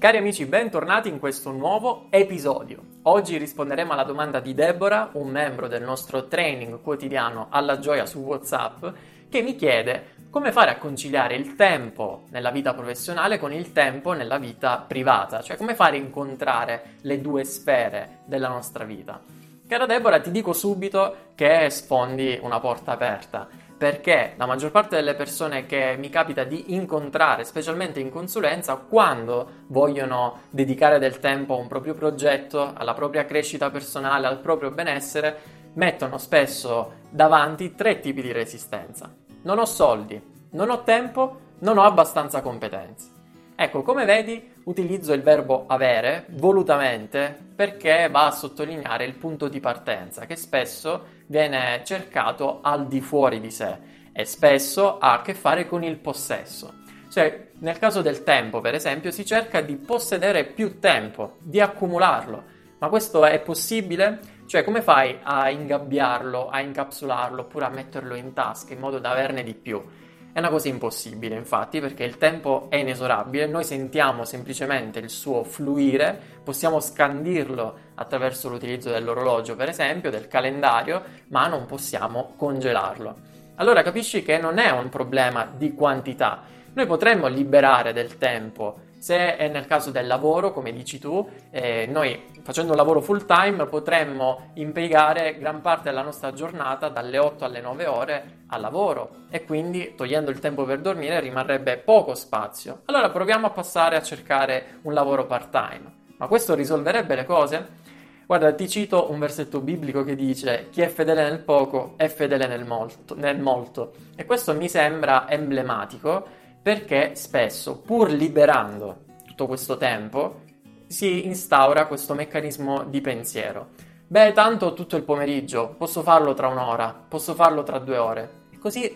Cari amici, bentornati in questo nuovo episodio. Oggi risponderemo alla domanda di Deborah, un membro del nostro training quotidiano Alla Gioia su WhatsApp, che mi chiede come fare a conciliare il tempo nella vita professionale con il tempo nella vita privata, cioè come fare a incontrare le due sfere della nostra vita. Cara Deborah, ti dico subito che sfondi una porta aperta, perché la maggior parte delle persone che mi capita di incontrare, specialmente in consulenza, quando vogliono dedicare del tempo a un proprio progetto, alla propria crescita personale, al proprio benessere, mettono spesso davanti tre tipi di resistenza. Non ho soldi, non ho tempo, non ho abbastanza competenze. Ecco, come vedi, utilizzo il verbo avere volutamente perché va a sottolineare il punto di partenza che spesso viene cercato al di fuori di sé e spesso ha a che fare con il possesso. Cioè, nel caso del tempo, per esempio, si cerca di possedere più tempo, di accumularlo. Ma questo è possibile? Cioè, come fai a ingabbiarlo, a incapsularlo oppure a metterlo in tasca in modo da averne di più? È una cosa impossibile, infatti, perché il tempo è inesorabile, noi sentiamo semplicemente il suo fluire, possiamo scandirlo attraverso l'utilizzo dell'orologio, per esempio, del calendario, ma non possiamo congelarlo. Allora capisci che non è un problema di quantità. Noi potremmo liberare del tempo, se è nel caso del lavoro, come dici tu, noi facendo un lavoro full time potremmo impiegare gran parte della nostra giornata dalle 8 alle 9 ore al lavoro e quindi togliendo il tempo per dormire rimarrebbe poco spazio. Allora proviamo a passare a cercare un lavoro part time. Ma questo risolverebbe le cose? Guarda, ti cito un versetto biblico che dice: chi è fedele nel poco è fedele nel molto. E questo mi sembra emblematico perché spesso, pur liberando tutto questo tempo, si instaura questo meccanismo di pensiero. Beh, tanto tutto il pomeriggio, posso farlo tra un'ora, posso farlo tra 2 ore. E così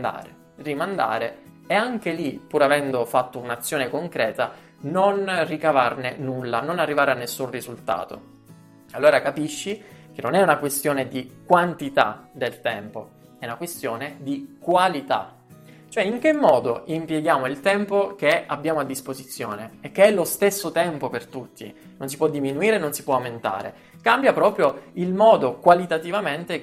rimandare e anche lì, pur avendo fatto un'azione concreta, non ricavarne nulla, non arrivare a nessun risultato. Allora capisci che non è una questione di quantità del tempo, è una questione di qualità. Cioè, in che modo impieghiamo il tempo che abbiamo a disposizione e che è lo stesso tempo per tutti, non si può diminuire, non si può aumentare. Cambia proprio il modo qualitativamente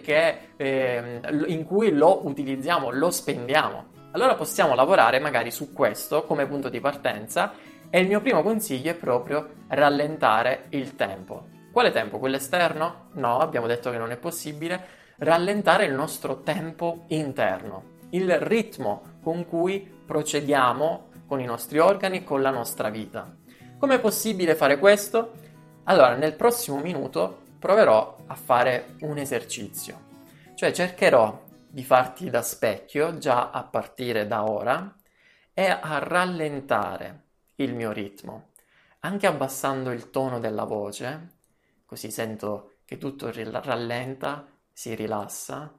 in cui lo utilizziamo, lo spendiamo. Allora possiamo lavorare magari su questo come punto di partenza e il mio primo consiglio è proprio rallentare il tempo. Quale tempo? Quello esterno? No, abbiamo detto che non è possibile. Rallentare il nostro tempo interno, il ritmo con cui procediamo con i nostri organi e con la nostra vita. Com'è possibile fare questo? Allora, nel prossimo minuto proverò a fare un esercizio, cioè cercherò di farti da specchio già a partire da ora e a rallentare il mio ritmo, anche abbassando il tono della voce, così sento che tutto rallenta, si rilassa.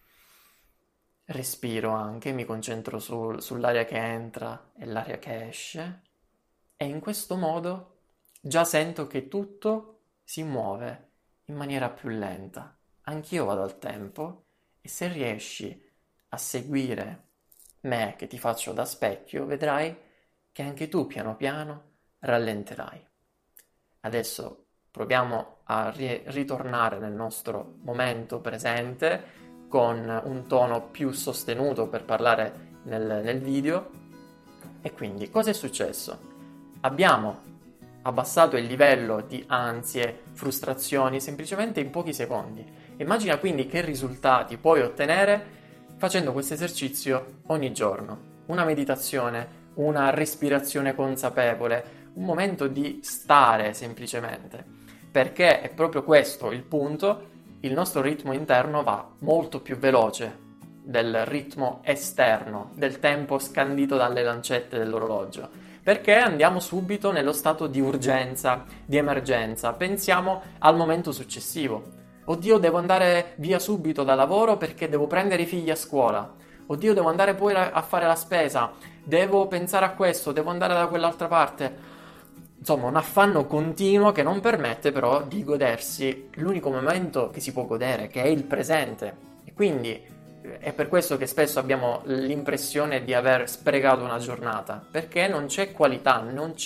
Respiro anche, mi concentro sull'aria che entra e l'aria che esce e in questo modo già sento che tutto si muove in maniera più lenta. Anch'io vado al tempo e se riesci a seguire me che ti faccio da specchio, vedrai che anche tu piano piano rallenterai. Adesso proviamo a ritornare nel nostro momento presente con un tono più sostenuto per parlare nel video. E quindi cosa è successo? Abbiamo abbassato il livello di ansie, frustrazioni semplicemente in pochi secondi. Immagina quindi che risultati puoi ottenere facendo questo esercizio ogni giorno. Una meditazione, una respirazione consapevole, un momento di stare semplicemente, perché è proprio questo il punto. Il nostro ritmo interno va molto più veloce del ritmo esterno, del tempo scandito dalle lancette dell'orologio, perché andiamo subito nello stato di urgenza, di emergenza, pensiamo al momento successivo. Oddio, devo andare via subito da lavoro perché devo prendere i figli a scuola. Oddio, devo andare poi a fare la spesa, devo pensare a questo, devo andare da quell'altra parte. Insomma, un affanno continuo che non permette però di godersi l'unico momento che si può godere, che è il presente. E quindi è per questo che spesso abbiamo l'impressione di aver sprecato una giornata, perché non c'è qualità, non c'è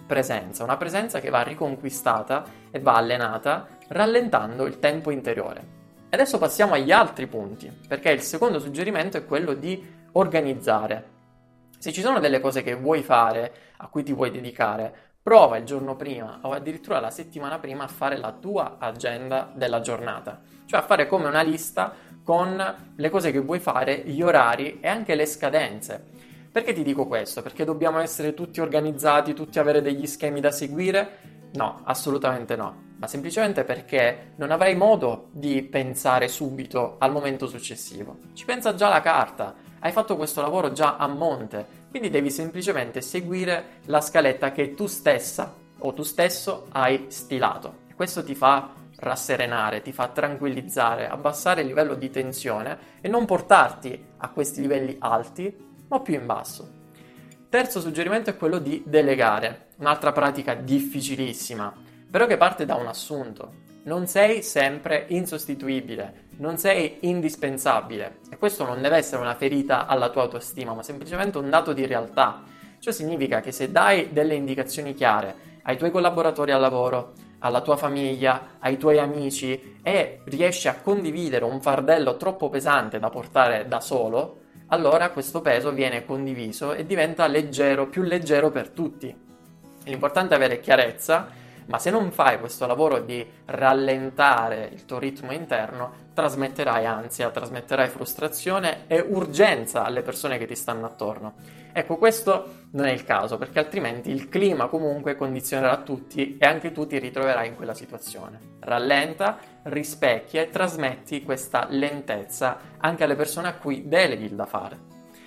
presenza, una presenza che va riconquistata e va allenata rallentando il tempo interiore. Adesso passiamo agli altri punti, perché il secondo suggerimento è quello di organizzare. Se ci sono delle cose che vuoi fare, a cui ti vuoi dedicare, prova il giorno prima o addirittura la settimana prima a fare la tua agenda della giornata, cioè a fare come una lista con le cose che vuoi fare, gli orari e anche le scadenze. Perché ti dico questo? Perché dobbiamo essere tutti organizzati, tutti avere degli schemi da seguire? No, assolutamente no, ma semplicemente perché non avrai modo di pensare subito al momento successivo. Ci pensa già la carta, hai fatto questo lavoro già a monte, quindi devi semplicemente seguire la scaletta che tu stessa o tu stesso hai stilato. Questo ti fa rasserenare, ti fa tranquillizzare, abbassare il livello di tensione e non portarti a questi livelli alti, ma più in basso. Terzo suggerimento è quello di delegare, un'altra pratica difficilissima, però che parte da un assunto. Non sei sempre insostituibile, non sei indispensabile e questo non deve essere una ferita alla tua autostima, ma semplicemente un dato di realtà. Ciò significa che se dai delle indicazioni chiare ai tuoi collaboratori al lavoro, alla tua famiglia, ai tuoi amici e riesci a condividere un fardello troppo pesante da portare da solo, allora questo peso viene condiviso e diventa leggero, più leggero per tutti. L'importante è avere chiarezza, ma se non fai questo lavoro di rallentare il tuo ritmo interno, trasmetterai ansia, trasmetterai frustrazione e urgenza alle persone che ti stanno attorno. Ecco, questo non è il caso, perché altrimenti il clima comunque condizionerà tutti e anche tu ti ritroverai in quella situazione. Rallenta, rispecchia e trasmetti questa lentezza anche alle persone a cui deleghi il da fare.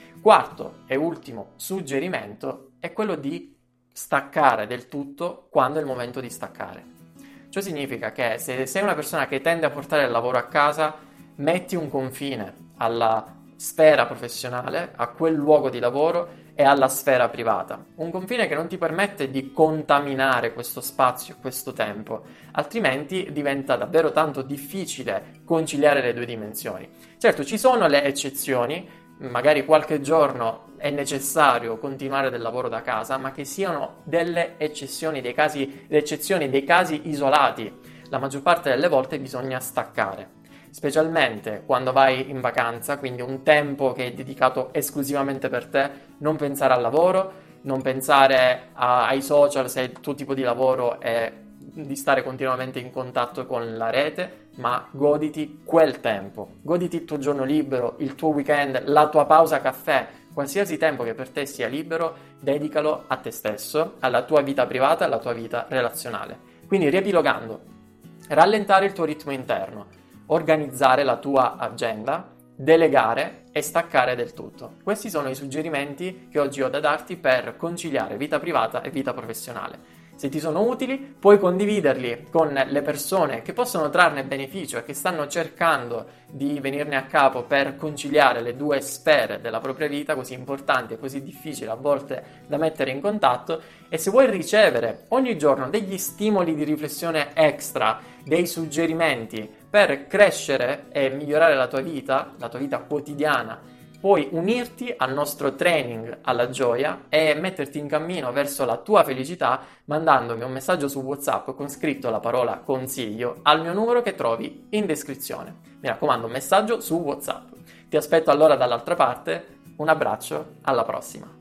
Quarto e ultimo suggerimento è quello di staccare del tutto quando è il momento di staccare. Ciò significa che se sei una persona che tende a portare il lavoro a casa, metti un confine alla sfera professionale, a quel luogo di lavoro e alla sfera privata. Un confine che non ti permette di contaminare questo spazio, questo tempo, altrimenti diventa davvero tanto difficile conciliare le due dimensioni. Certo, ci sono le eccezioni, magari qualche giorno è necessario continuare del lavoro da casa, ma che siano delle eccezioni, dei casi isolati. La maggior parte delle volte bisogna staccare, specialmente quando vai in vacanza, quindi un tempo che è dedicato esclusivamente per te, non pensare al lavoro, non pensare ai social se il tuo tipo di lavoro è di stare continuamente in contatto con la rete, ma goditi quel tempo, goditi il tuo giorno libero, il tuo weekend, la tua pausa caffè, qualsiasi tempo che per te sia libero, dedicalo a te stesso, alla tua vita privata, alla tua vita relazionale. Quindi riepilogando, rallentare il tuo ritmo interno, organizzare la tua agenda, delegare e staccare del tutto. Questi sono i suggerimenti che oggi ho da darti per conciliare vita privata e vita professionale. Se ti sono utili, puoi condividerli con le persone che possono trarne beneficio e che stanno cercando di venirne a capo per conciliare le due sfere della propria vita, così importanti e così difficili a volte da mettere in contatto. E se vuoi ricevere ogni giorno degli stimoli di riflessione extra, dei suggerimenti per crescere e migliorare la tua vita quotidiana, puoi unirti al nostro training alla gioia e metterti in cammino verso la tua felicità mandandomi un messaggio su WhatsApp con scritto la parola consiglio al mio numero che trovi in descrizione. Mi raccomando, un messaggio su WhatsApp. Ti aspetto allora dall'altra parte, un abbraccio, alla prossima.